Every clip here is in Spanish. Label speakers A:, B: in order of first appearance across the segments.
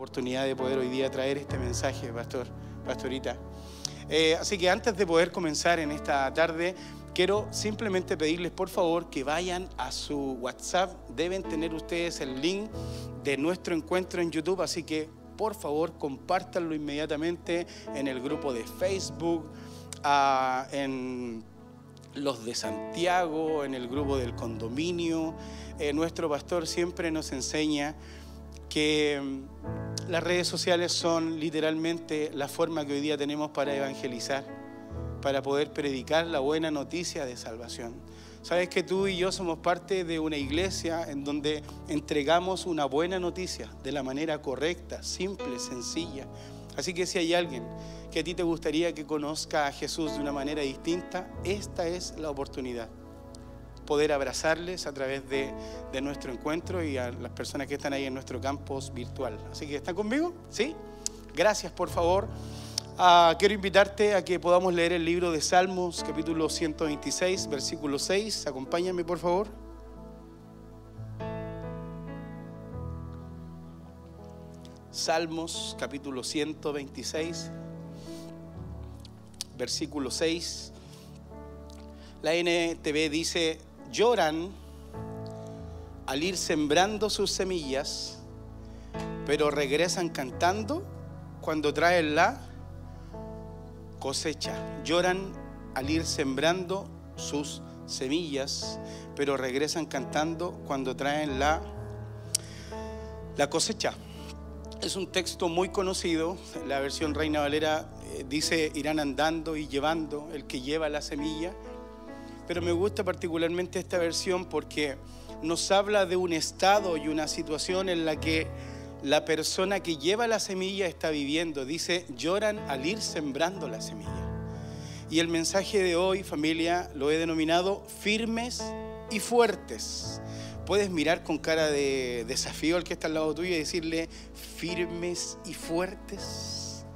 A: oportunidad de poder hoy día traer este mensaje, pastorita. Así que antes de poder comenzar en esta tarde, quiero simplemente pedirles por favor que vayan a su WhatsApp. Deben tener ustedes el link de nuestro encuentro en YouTube, así que por favor compártanlo inmediatamente en el grupo de Facebook, en los de Santiago, en el grupo del condominio. Nuestro pastor siempre nos enseña que las redes sociales son literalmente la forma que hoy día tenemos para evangelizar, para poder predicar la buena noticia de salvación. Sabes que tú y yo somos parte de una iglesia en donde entregamos una buena noticia de la manera correcta, simple, sencilla. Así que si hay alguien que a ti te gustaría que conozca a Jesús de una manera distinta, esta es la oportunidad. Poder abrazarles a través de nuestro encuentro y a las personas que están ahí en nuestro campus virtual. Así que, ¿están conmigo? ¿Sí? Gracias, por favor. Quiero invitarte a que podamos leer el libro de Salmos, capítulo 126, versículo 6. Acompáñame, por favor. Salmos, capítulo 126, versículo 6. La NTV dice: lloran al ir sembrando sus semillas, pero regresan cantando cuando traen la cosecha. Lloran al ir sembrando sus semillas, pero regresan cantando cuando traen la cosecha. Es un texto muy conocido. La versión Reina Valera dice: irán andando y llevando, el que lleva la semilla. Pero me gusta particularmente esta versión porque nos habla de un estado y una situación en la que la persona que lleva la semilla está viviendo. Dice: lloran al ir sembrando la semilla. Y el mensaje de hoy, familia, lo he denominado firmes y fuertes. Puedes mirar con cara de desafío al que está al lado tuyo y decirle: firmes y fuertes.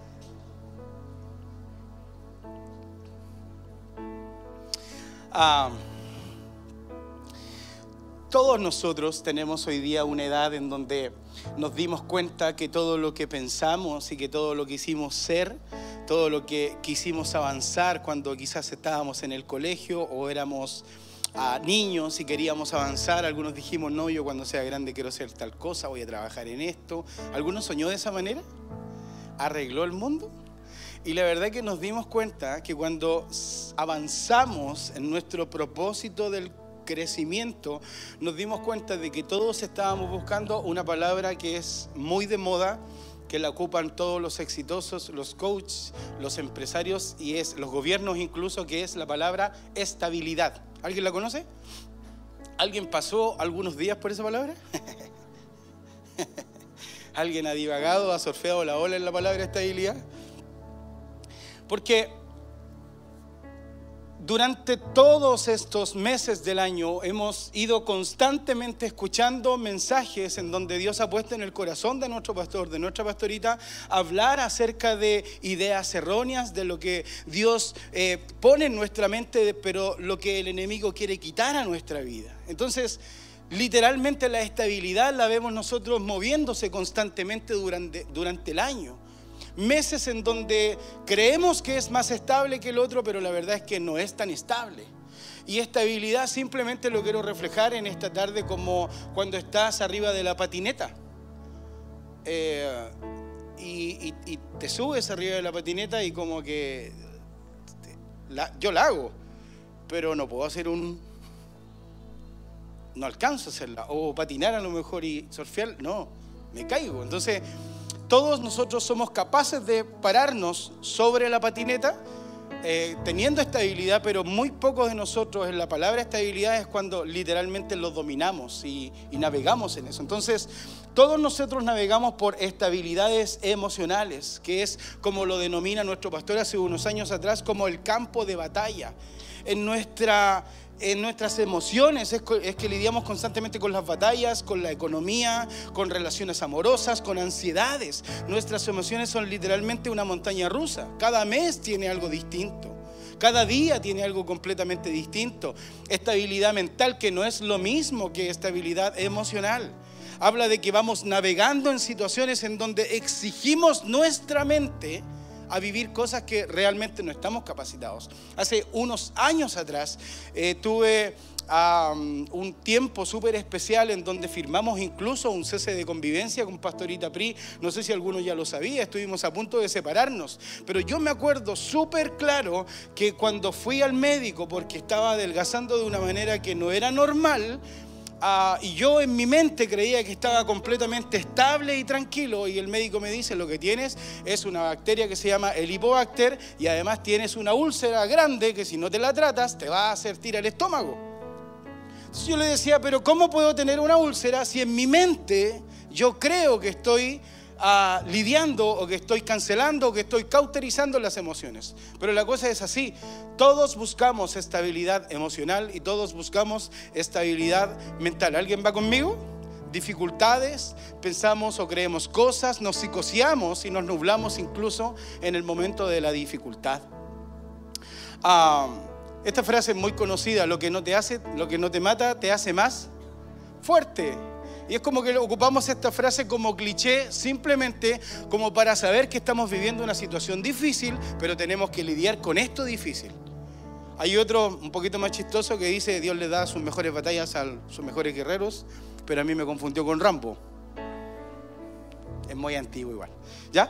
A: Todos nosotros tenemos hoy día una edad en donde nos dimos cuenta que todo lo que pensamos y que todo lo que quisimos ser, todo lo que quisimos avanzar cuando quizás estábamos en el colegio o éramos niños y queríamos avanzar, algunos dijimos: no, yo cuando sea grande quiero ser tal cosa, voy a trabajar en esto. ¿Algunos soñó de esa manera? ¿Arregló el mundo? Y la verdad que nos dimos cuenta que cuando avanzamos en nuestro propósito del crecimiento, nos dimos cuenta de que todos estábamos buscando una palabra que es muy de moda, que la ocupan todos los exitosos, los coaches, los empresarios y los gobiernos incluso, que es la palabra estabilidad. ¿Alguien la conoce? ¿Alguien pasó algunos días por esa palabra? ¿Alguien ha divagado, ha surfeado la ola en la palabra estabilidad? Porque durante todos estos meses del año hemos ido constantemente escuchando mensajes en donde Dios ha puesto en el corazón de nuestro pastor, de nuestra pastorita, hablar acerca de ideas erróneas, de lo que Dios pone en nuestra mente, pero lo que el enemigo quiere quitar a nuestra vida. Entonces, literalmente la estabilidad la vemos nosotros moviéndose constantemente durante el año. Meses en donde creemos que es más estable que el otro, pero la verdad es que no es tan estable. Y estabilidad simplemente lo quiero reflejar en esta tarde como cuando estás arriba de la patineta. Y te subes arriba de la patineta y como que yo la hago, pero no puedo hacer no alcanzo a hacerla. O patinar a lo mejor y surfear, no, me caigo. Entonces todos nosotros somos capaces de pararnos sobre la patineta teniendo estabilidad, pero muy pocos de nosotros en la palabra estabilidad es cuando literalmente lo dominamos y navegamos en eso. Entonces, todos nosotros navegamos por estabilidades emocionales, que es como lo denomina nuestro pastor hace unos años atrás, como el campo de batalla. En nuestras emociones es que lidiamos constantemente con las batallas, con la economía, con relaciones amorosas, con ansiedades. Nuestras emociones son literalmente una montaña rusa. Cada mes tiene algo distinto. Cada día tiene algo completamente distinto. Estabilidad mental, que no es lo mismo que estabilidad emocional. habla de que vamos navegando en situaciones en donde exigimos nuestra mente a vivir cosas que realmente no estamos capacitados. Hace unos años atrás tuve un tiempo súper especial en donde firmamos incluso un cese de convivencia con Pastorita Pri. No sé si alguno ya lo sabía, estuvimos a punto de separarnos, pero yo me acuerdo súper claro que cuando fui al médico porque estaba adelgazando de una manera que no era normal, y yo en mi mente creía que estaba completamente estable y tranquilo, y el médico me dice: lo que tienes es una bacteria que se llama Helicobacter, y además tienes una úlcera grande que si no te la tratas te va a hacer tirar el estómago. Entonces yo le decía: pero ¿cómo puedo tener una úlcera si en mi mente yo creo que estoy lidiando, o que estoy cancelando, o que estoy cauterizando las emociones? Pero la cosa es así: todos buscamos estabilidad emocional y todos buscamos estabilidad mental. ¿Alguien va conmigo? Dificultades, pensamos o creemos cosas, nos psicoseamos y nos nublamos incluso en el momento de la dificultad. Esta frase es muy conocida: lo que no te mata te hace más fuerte. Y es como que ocupamos esta frase como cliché, simplemente como para saber que estamos viviendo una situación difícil, pero tenemos que lidiar con esto difícil. Hay otro un poquito más chistoso que dice: Dios le da sus mejores batallas a sus mejores guerreros, pero a mí me confundió con Rambo. Es muy antiguo igual, ¿ya?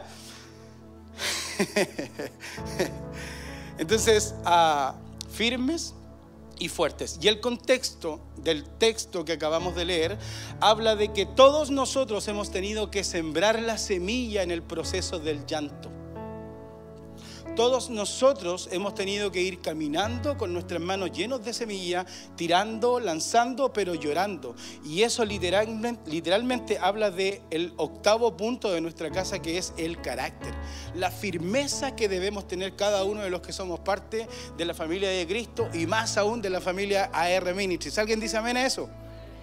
A: Entonces, firmes y fuertes. Y el contexto del texto que acabamos de leer habla de que todos nosotros hemos tenido que sembrar la semilla en el proceso del llanto. Todos nosotros hemos tenido que ir caminando con nuestras manos llenos de semilla, tirando, lanzando, pero llorando. Y eso literalmente habla del octavo punto de nuestra casa, que es el carácter. La firmeza que debemos tener cada uno de los que somos parte de la familia de Cristo, y más aún de la familia AR Ministries. ¿Alguien dice amén a eso?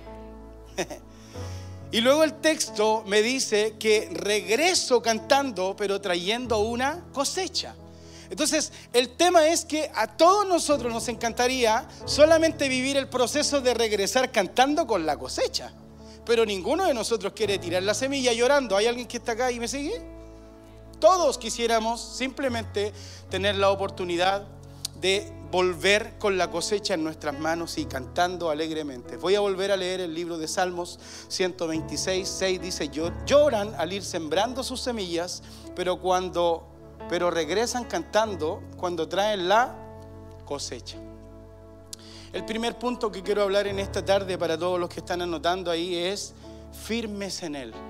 A: Y luego el texto me dice que regreso cantando, pero trayendo una cosecha. Entonces, el tema es que a todos nosotros nos encantaría solamente vivir el proceso de regresar cantando con la cosecha. Pero ninguno de nosotros quiere tirar la semilla llorando. ¿Hay alguien que está acá y me sigue? Todos quisiéramos simplemente tener la oportunidad de volver con la cosecha en nuestras manos y cantando alegremente. Voy a volver a leer el libro de Salmos 126, 6 dice: lloran al ir sembrando sus semillas, pero regresan cantando cuando traen la cosecha. El primer punto que quiero hablar en esta tarde para todos los que están anotando ahí es: firmes en Él.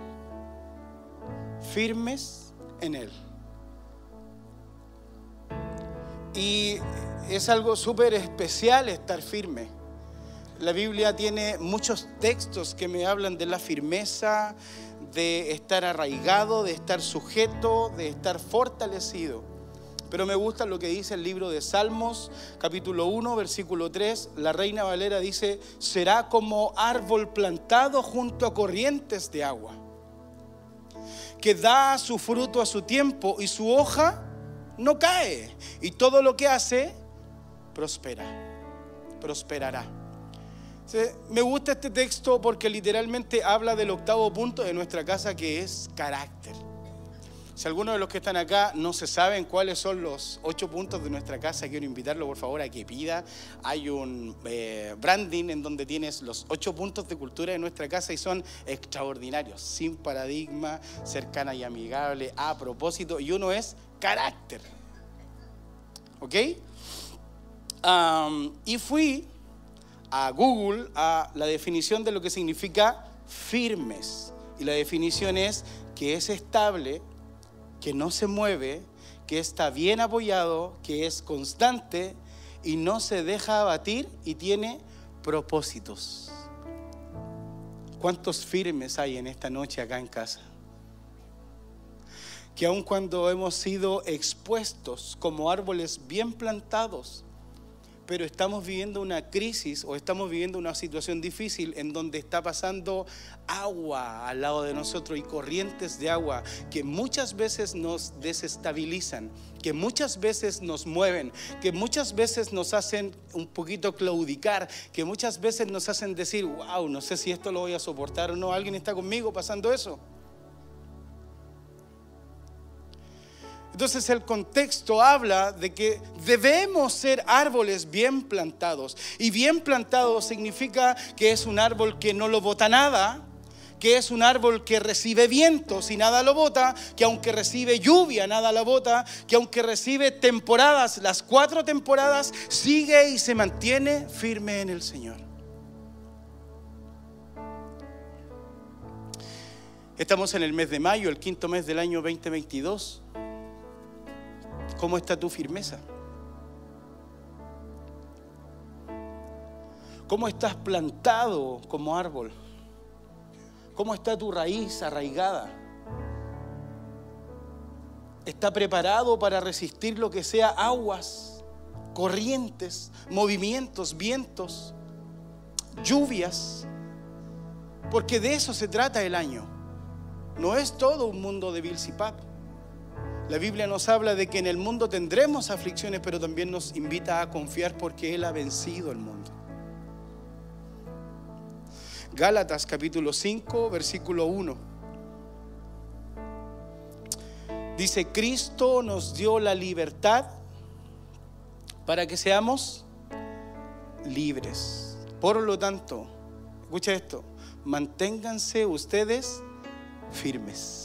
A: Firmes en Él. Y es algo súper especial estar firme. La Biblia tiene muchos textos que me hablan de la firmeza, de estar arraigado, de estar sujeto, de estar fortalecido. Pero me gusta lo que dice el libro de Salmos, capítulo 1, versículo 3. La Reina Valera dice: será como árbol plantado junto a corrientes de agua, que da su fruto a su tiempo y su hoja no cae, y todo lo que hace prosperará. Me gusta este texto porque literalmente habla del octavo punto de nuestra casa, que es carácter. Si algunos de los que están acá no se saben cuáles son los 8 puntos de nuestra casa, quiero invitarlo por favor a que pida. Hay un branding en donde tienes los 8 puntos de cultura de nuestra casa y son extraordinarios: sin paradigma, cercana y amigable, a propósito, y uno es carácter. ¿Ok? Y fui a Google a la definición de lo que significa firmes. Y la definición es que es estable, que no se mueve, que está bien apoyado, que es constante y no se deja abatir y tiene propósitos. ¿Cuántos firmes hay en esta noche acá en casa? Que aun cuando hemos sido expuestos como árboles bien plantados, pero estamos viviendo una crisis o estamos viviendo una situación difícil en donde está pasando agua al lado de nosotros y corrientes de agua que muchas veces nos desestabilizan, que muchas veces nos mueven, que muchas veces nos hacen un poquito claudicar, que muchas veces nos hacen decir, wow, no sé si esto lo voy a soportar o no. ¿Alguien está conmigo pasando eso? Entonces el contexto habla de que debemos ser árboles bien plantados. Y bien plantado significa que es un árbol que no lo bota nada, que es un árbol que recibe vientos y nada lo bota, que aunque recibe lluvia nada la bota, que aunque recibe temporadas, las 4 temporadas, sigue y se mantiene firme en el Señor. Estamos en el mes de mayo, el 5º mes del año 2022. ¿Cómo está tu firmeza? ¿Cómo estás plantado como árbol? ¿Cómo está tu raíz arraigada? ¿Está preparado para resistir lo que sea aguas, corrientes, movimientos, vientos, lluvias? Porque de eso se trata el año. No es todo un mundo de Bilsipap. La Biblia nos habla de que en el mundo tendremos aflicciones, pero también nos invita a confiar porque Él ha vencido el mundo. Gálatas capítulo 5, versículo 1. Dice, Cristo nos dio la libertad para que seamos libres. Por lo tanto, escucha esto, manténganse ustedes firmes.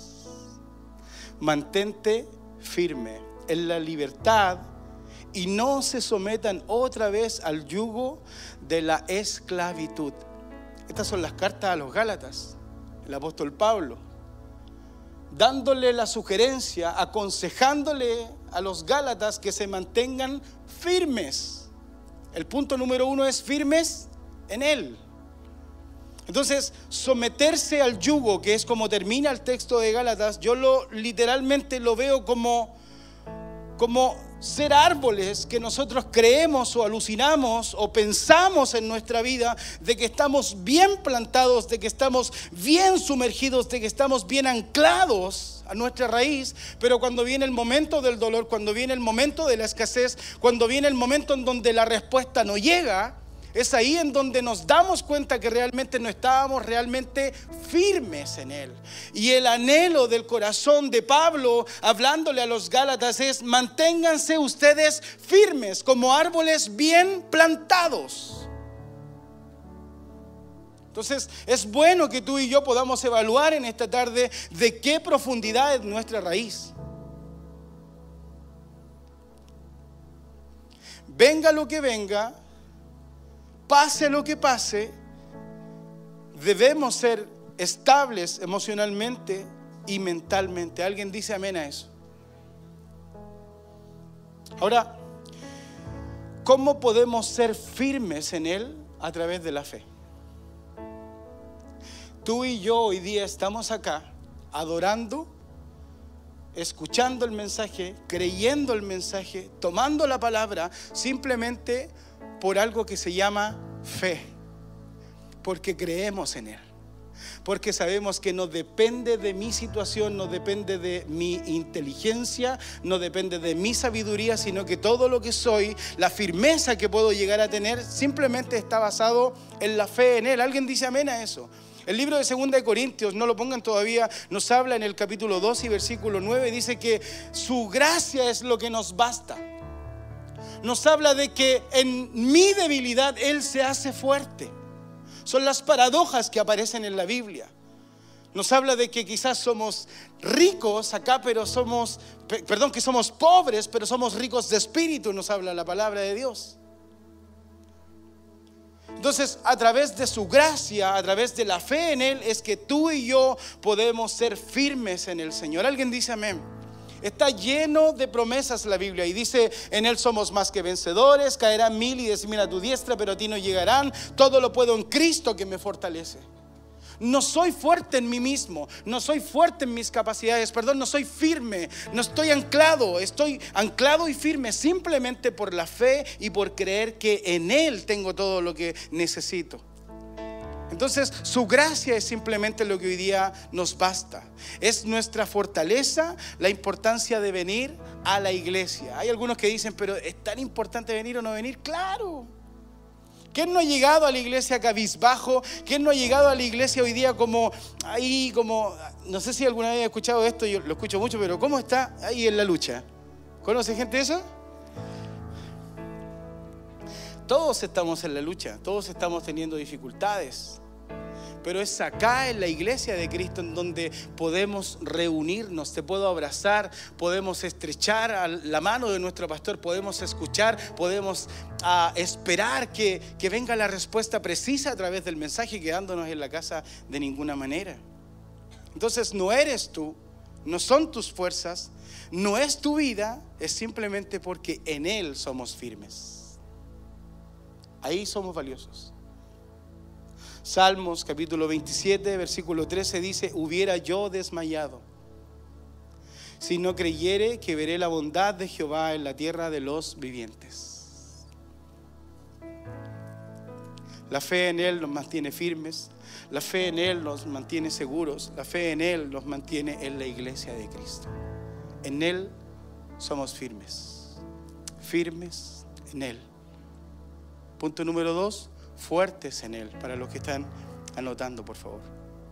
A: Mantente firme en la libertad y no se sometan otra vez al yugo de la esclavitud. Estas son las cartas a los Gálatas, el apóstol Pablo, dándole la sugerencia, aconsejándole a los Gálatas que se mantengan firmes. El punto número 1 es firmes en Él. Entonces, someterse al yugo, que es como termina el texto de Gálatas, yo literalmente lo veo como ser árboles que nosotros creemos o alucinamos o pensamos en nuestra vida de que estamos bien plantados, de que estamos bien sumergidos, de que estamos bien anclados a nuestra raíz, pero cuando viene el momento del dolor, cuando viene el momento de la escasez, cuando viene el momento en donde la respuesta no llega, es ahí en donde nos damos cuenta que realmente no estábamos realmente firmes en Él. Y el anhelo del corazón de Pablo, hablándole a los Gálatas, es manténganse ustedes firmes como árboles bien plantados. Entonces es bueno que tú y yo podamos evaluar en esta tarde de qué profundidad es nuestra raíz. Venga lo que venga, pase lo que pase, debemos ser estables emocionalmente y mentalmente. ¿Alguien dice amén a eso? Ahora, ¿cómo podemos ser firmes en Él? A través de la fe. Tú y yo hoy día estamos acá adorando, escuchando el mensaje, creyendo el mensaje, tomando la palabra, simplemente por algo que se llama fe, porque creemos en Él, porque sabemos que no depende de mi situación, no depende de mi inteligencia, no depende de mi sabiduría, sino que todo lo que soy, la firmeza que puedo llegar a tener, simplemente está basado en la fe en Él. ¿Alguien dice amén a eso? El libro de 2 de Corintios, no lo pongan todavía, nos habla en el capítulo 2 y versículo 9, dice que su gracia es lo que nos basta. Nos habla de que en mi debilidad Él se hace fuerte. Son las paradojas que aparecen en la Biblia. Nos habla de que quizás somos ricos acá, pero que somos pobres, pero somos ricos de espíritu, nos habla la palabra de Dios. Entonces, a través de su gracia, a través de la fe en Él, es que tú y yo podemos ser firmes en el Señor. ¿Alguien dice amén? Está lleno de promesas la Biblia y dice, en Él somos más que vencedores, caerán 1000 y 10,000 a tu diestra, pero a ti no llegarán. Todo lo puedo en Cristo que me fortalece. No soy fuerte en mí mismo, no soy fuerte en mis capacidades, no soy firme, no estoy anclado y firme simplemente por la fe y por creer que en Él tengo todo lo que necesito. Entonces, su gracia es simplemente lo que hoy día nos basta. Es nuestra fortaleza, la importancia de venir a la iglesia. Hay algunos que dicen, pero ¿es tan importante venir o no venir? ¡Claro! ¿Quién no ha llegado a la iglesia cabizbajo? ¿Quién no ha llegado a la iglesia hoy día como, no sé si alguna vez he escuchado esto, yo lo escucho mucho, pero ¿cómo está ahí en la lucha? ¿Conoce gente de eso? Todos estamos en la lucha, todos estamos teniendo dificultades. Pero es acá en la iglesia de Cristo en donde podemos reunirnos, te puedo abrazar, podemos estrechar la mano de nuestro pastor, podemos escuchar, podemos esperar que venga la respuesta precisa a través del mensaje, quedándonos en la casa de ninguna manera. Entonces no eres tú, no son tus fuerzas, no es tu vida, es simplemente porque en Él somos firmes. Ahí somos valiosos. Salmos capítulo 27, versículo 13 dice: hubiera yo desmayado si no creyere que veré la bondad de Jehová en la tierra de los vivientes. La fe en Él nos mantiene firmes, la fe en Él nos mantiene seguros, la fe en Él nos mantiene en la iglesia de Cristo. En Él somos firmes, firmes en Él. Punto número 2. Fuertes en Él, para los que están anotando, por favor.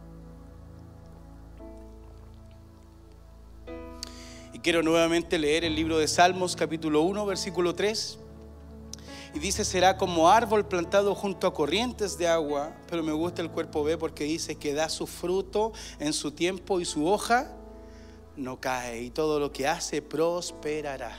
A: Y quiero nuevamente leer el libro de Salmos, capítulo 1, versículo 3. Y dice: será como árbol plantado junto a corrientes de agua. Pero me gusta el cuerpo B porque dice que da su fruto en su tiempo y su hoja no cae. Y todo lo que hace prosperará.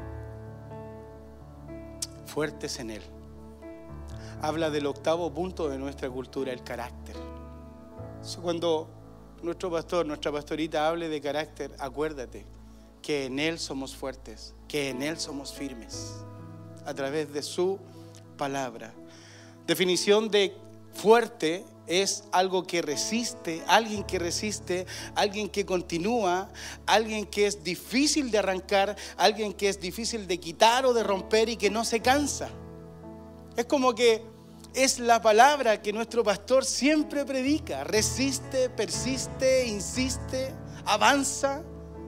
A: Fuertes en Él. Habla del octavo punto de nuestra cultura, el carácter. Cuando nuestro pastor, nuestra pastorita hable de carácter, acuérdate que en Él somos fuertes, que en Él somos firmes, a través de su palabra. Definición de fuerte es algo que resiste, alguien que continúa, alguien que es difícil de arrancar, alguien que es difícil de quitar o de romper y que no se cansa. Es como que es la palabra que nuestro pastor siempre predica. Resiste, persiste, insiste, avanza.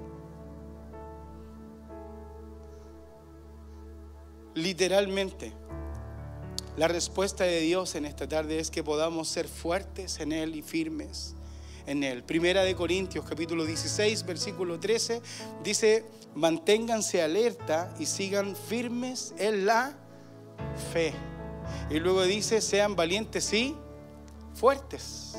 A: Literalmente, la respuesta de Dios en esta tarde es que podamos ser fuertes en Él y firmes en Él. Primera de Corintios, capítulo 16, versículo 13, dice: manténganse alerta y sigan firmes en la fe. Y luego dice: sean valientes y fuertes.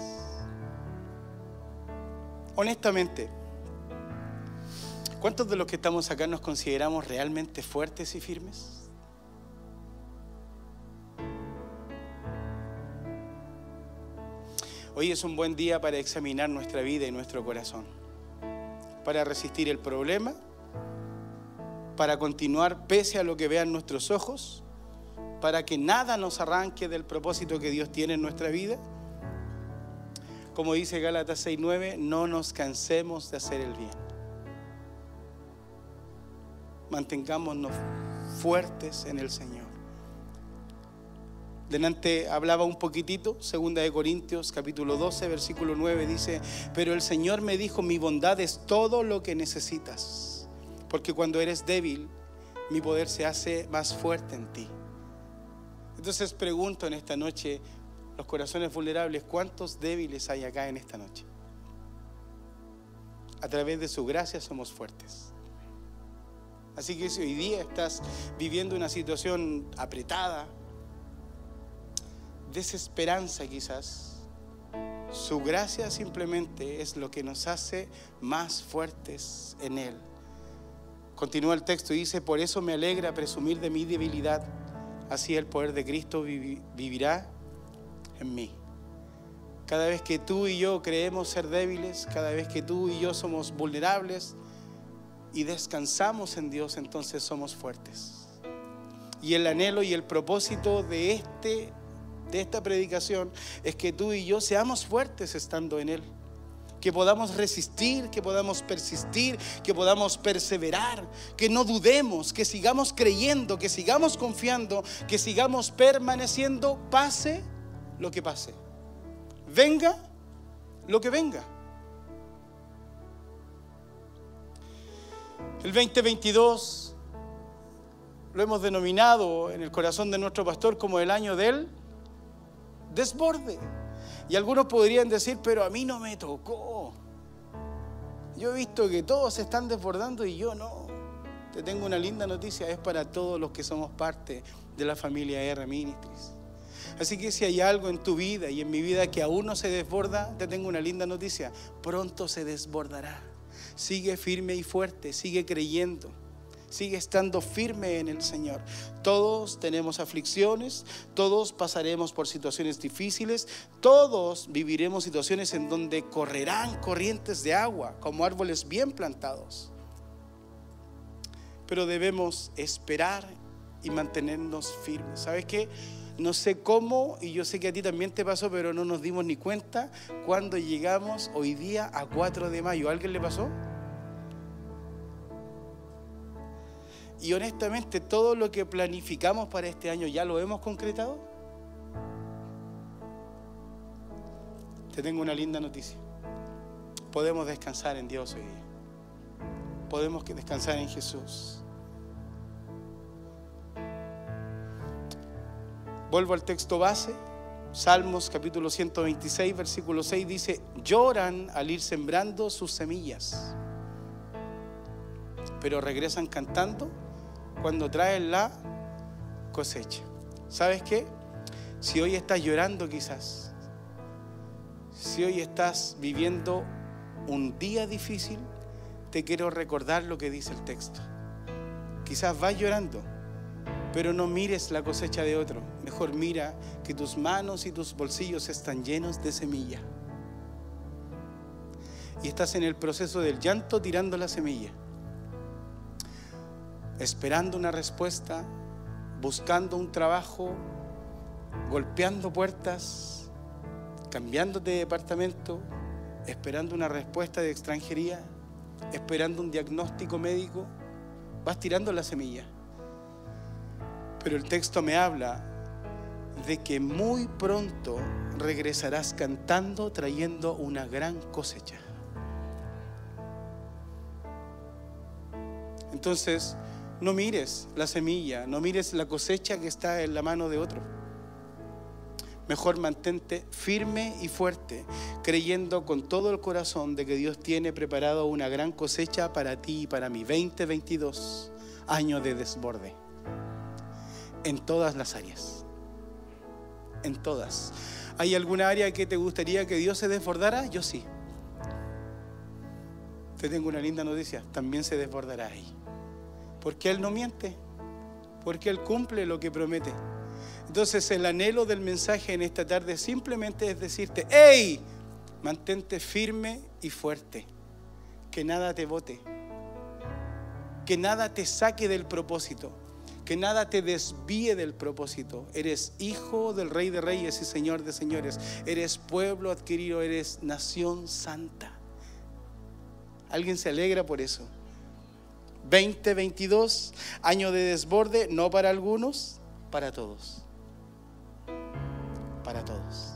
A: Honestamente, ¿cuántos de los que estamos acá nos consideramos realmente fuertes y firmes? Hoy es un buen día para examinar nuestra vida y nuestro corazón, para resistir el problema, para continuar pese a lo que vean nuestros ojos, para que nada nos arranque del propósito que Dios tiene en nuestra vida. Como dice Gálatas 6:9, no nos cansemos de hacer el bien. Mantengámonos fuertes en el Señor. Delante hablaba un poquitito, 2 de Corintios capítulo 12, versículo 9 dice: pero el Señor me dijo, mi bondad es todo lo que necesitas, porque cuando eres débil, mi poder se hace más fuerte en ti. Entonces pregunto en esta noche, los corazones vulnerables, ¿cuántos débiles hay acá en esta noche? A través de su gracia somos fuertes. Así que si hoy día estás viviendo una situación apretada, desesperanza quizás, su gracia simplemente es lo que nos hace más fuertes en Él. Continúa el texto y dice: por eso me alegra presumir de mi debilidad, así el poder de Cristo vivirá en mí. Cada vez que tú y yo creemos ser débiles, cada vez que tú y yo somos vulnerables y descansamos en Dios, entonces somos fuertes. Y el anhelo y el propósito de este de esta predicación es que tú y yo seamos fuertes estando en Él. Que podamos resistir, que podamos persistir, que podamos perseverar, que no dudemos, que sigamos creyendo, que sigamos confiando, que sigamos permaneciendo, pase lo que pase, venga lo que venga. El 2022 lo hemos denominado en el corazón de nuestro pastor como el año del desborde. Y algunos podrían decir, pero a mí no me tocó. Yo he visto que todos se están desbordando y yo no. Te tengo una linda noticia, es para todos los que somos parte de la familia R Ministries. Así que si hay algo en tu vida y en mi vida que aún no se desborda, te tengo una linda noticia. Pronto se desbordará. Sigue firme y fuerte, sigue creyendo. Sigue estando firme en el Señor. Todos tenemos aflicciones, todos pasaremos por situaciones difíciles, todos viviremos situaciones en donde correrán corrientes de agua como árboles bien plantados. Pero debemos esperar y mantenernos firmes. ¿Sabes qué? No sé cómo, y yo sé que a ti también te pasó, pero no nos dimos ni cuenta cuando llegamos hoy día a 4 de mayo. ¿A alguien le pasó? Y honestamente, todo lo que planificamos para este año, ¿ya lo hemos concretado? Te tengo una linda noticia. Podemos descansar en Dios hoy día. Podemos descansar en Jesús. Vuelvo al texto base. Salmos capítulo 126, versículo 6 dice: lloran al ir sembrando sus semillas, pero regresan cantando cuando traen la cosecha. ¿Sabes qué? Si hoy estás llorando quizás, si hoy estás viviendo un día difícil, te quiero recordar lo que dice el texto. Quizás vas llorando, pero no mires la cosecha de otro. Mejor mira que tus manos y tus bolsillos están llenos de semilla. Y estás en el proceso del llanto tirando la semilla, esperando una respuesta, buscando un trabajo, golpeando puertas, cambiándote de departamento, esperando una respuesta de extranjería, esperando un diagnóstico médico. Vas tirando la semilla. Pero el texto me habla de que muy pronto regresarás cantando, trayendo una gran cosecha. Entonces, no mires la semilla, no mires la cosecha que está en la mano de otro. Mejor mantente firme y fuerte, creyendo con todo el corazón de que Dios tiene preparado una gran cosecha para ti y para mí. 2022, año de desborde. En todas las áreas. En todas. ¿Hay alguna área que te gustaría que Dios se desbordara? Yo sí. Te tengo una linda noticia, también se desbordará ahí. Porque Él no miente, porque Él cumple lo que promete. Entonces el anhelo del mensaje en esta tarde simplemente es decirte: ¡hey! Mantente firme y fuerte, que nada te bote, que nada te saque del propósito, que nada te desvíe del propósito. Eres hijo del Rey de Reyes y Señor de Señores. Eres pueblo adquirido, eres nación santa. ¿Alguien se alegra por eso? 2022, año de desborde, no para algunos, para todos. Para todos.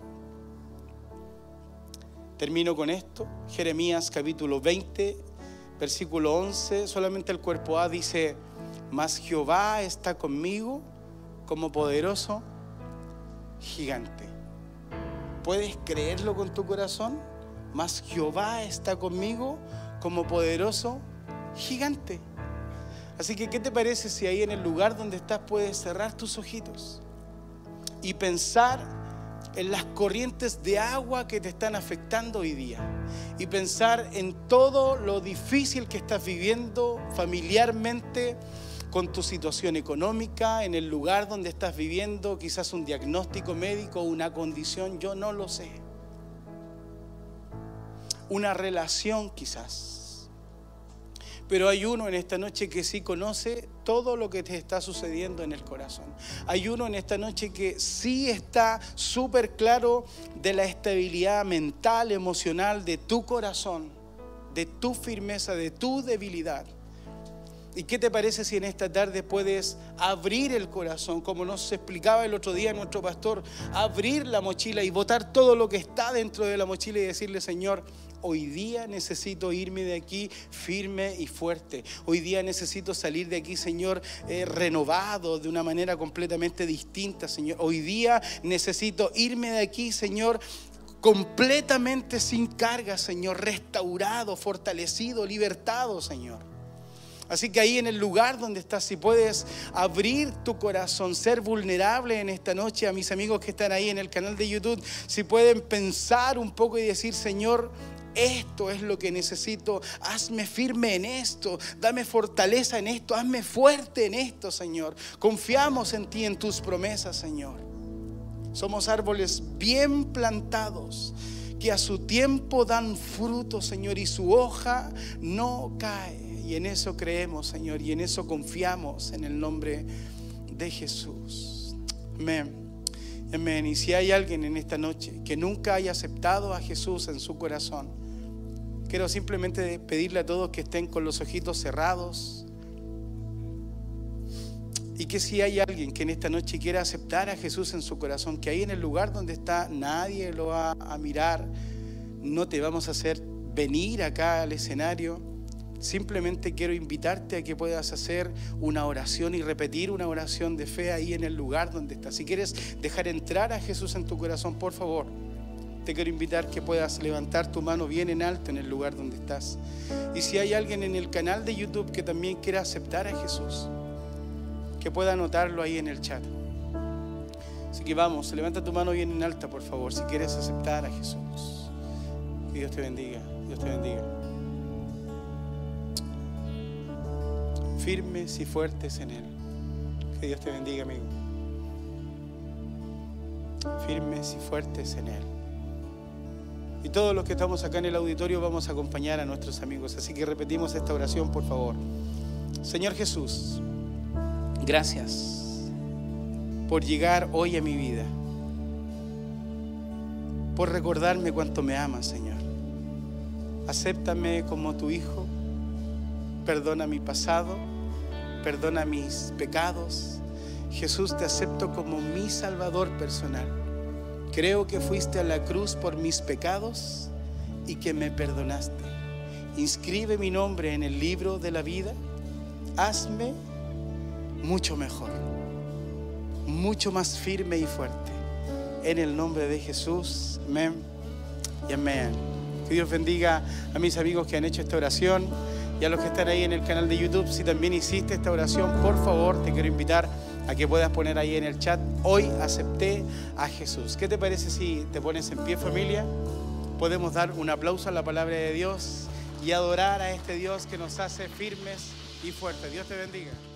A: Termino con esto. Jeremías capítulo 20, versículo 11, solamente el cuerpo A dice: mas Jehová está conmigo como poderoso gigante. ¿Puedes creerlo con tu corazón? Mas Jehová está conmigo como poderoso gigante. Así que, ¿qué te parece si ahí en el lugar donde estás puedes cerrar tus ojitos y pensar en las corrientes de agua que te están afectando hoy día? Y pensar en todo lo difícil que estás viviendo familiarmente, con tu situación económica, en el lugar donde estás viviendo, quizás un diagnóstico médico, una condición, yo no lo sé. Una relación quizás. Pero hay uno en esta noche que sí conoce todo lo que te está sucediendo en el corazón. Hay uno en esta noche que sí está súper claro de la estabilidad mental, emocional de tu corazón, de tu firmeza, de tu debilidad. ¿Y qué te parece si en esta tarde puedes abrir el corazón, como nos explicaba el otro día nuestro pastor, abrir la mochila y botar todo lo que está dentro de la mochila y decirle: Señor, hoy día necesito irme de aquí firme y fuerte. Hoy día necesito salir de aquí, Señor, renovado de una manera completamente distinta, Señor. Hoy día necesito irme de aquí, Señor, completamente sin carga, Señor, restaurado, fortalecido, libertado, Señor. Así que ahí en el lugar donde estás, si puedes abrir tu corazón, ser vulnerable en esta noche, a mis amigos que están ahí en el canal de YouTube, si pueden pensar un poco y decir: Señor, esto es lo que necesito, hazme firme en esto, dame fortaleza en esto, hazme fuerte en esto, Señor. Confiamos en ti, en tus promesas, Señor. Somos árboles bien plantados, que a su tiempo dan fruto, Señor, y su hoja no cae. Y en eso creemos, Señor, y en eso confiamos en el nombre de Jesús. Amén. Amén. Y si hay alguien en esta noche que nunca haya aceptado a Jesús en su corazón, quiero simplemente pedirle a todos que estén con los ojitos cerrados. Y que si hay alguien que en esta noche quiera aceptar a Jesús en su corazón, que ahí en el lugar donde está nadie lo va a mirar, no te vamos a hacer venir acá al escenario. Simplemente quiero invitarte a que puedas hacer una oración y repetir una oración de fe ahí en el lugar donde estás. Si quieres dejar entrar a Jesús en tu corazón, por favor, te quiero invitar que puedas levantar tu mano bien en alto en el lugar donde estás. Y si hay alguien en el canal de YouTube que también quiera aceptar a Jesús, que pueda anotarlo ahí en el chat. Así que vamos, levanta tu mano bien en alta, por favor, si quieres aceptar a Jesús. Que Dios te bendiga, Dios te bendiga. Firmes y fuertes en Él. Que Dios te bendiga, amigo. Firmes y fuertes en Él. Y todos los que estamos acá en el auditorio vamos a acompañar a nuestros amigos. Así que repetimos esta oración, por favor. Señor Jesús, gracias por llegar hoy a mi vida, por recordarme cuánto me amas, Señor. Acéptame como tu hijo. Perdona mi pasado, perdona mis pecados. Jesús, te acepto como mi Salvador personal. Creo que fuiste a la cruz por mis pecados y que me perdonaste. Inscribe mi nombre en el libro de la vida. Hazme mucho mejor, mucho más firme y fuerte. En el nombre de Jesús, amén y amén. Que Dios bendiga a mis amigos que han hecho esta oración. Y a los que están ahí en el canal de YouTube, si también hiciste esta oración, por favor, te quiero invitar a que puedas poner ahí en el chat: hoy acepté a Jesús. ¿Qué te parece si te pones en pie, familia? Podemos dar un aplauso a la palabra de Dios y adorar a este Dios que nos hace firmes y fuertes. Dios te bendiga.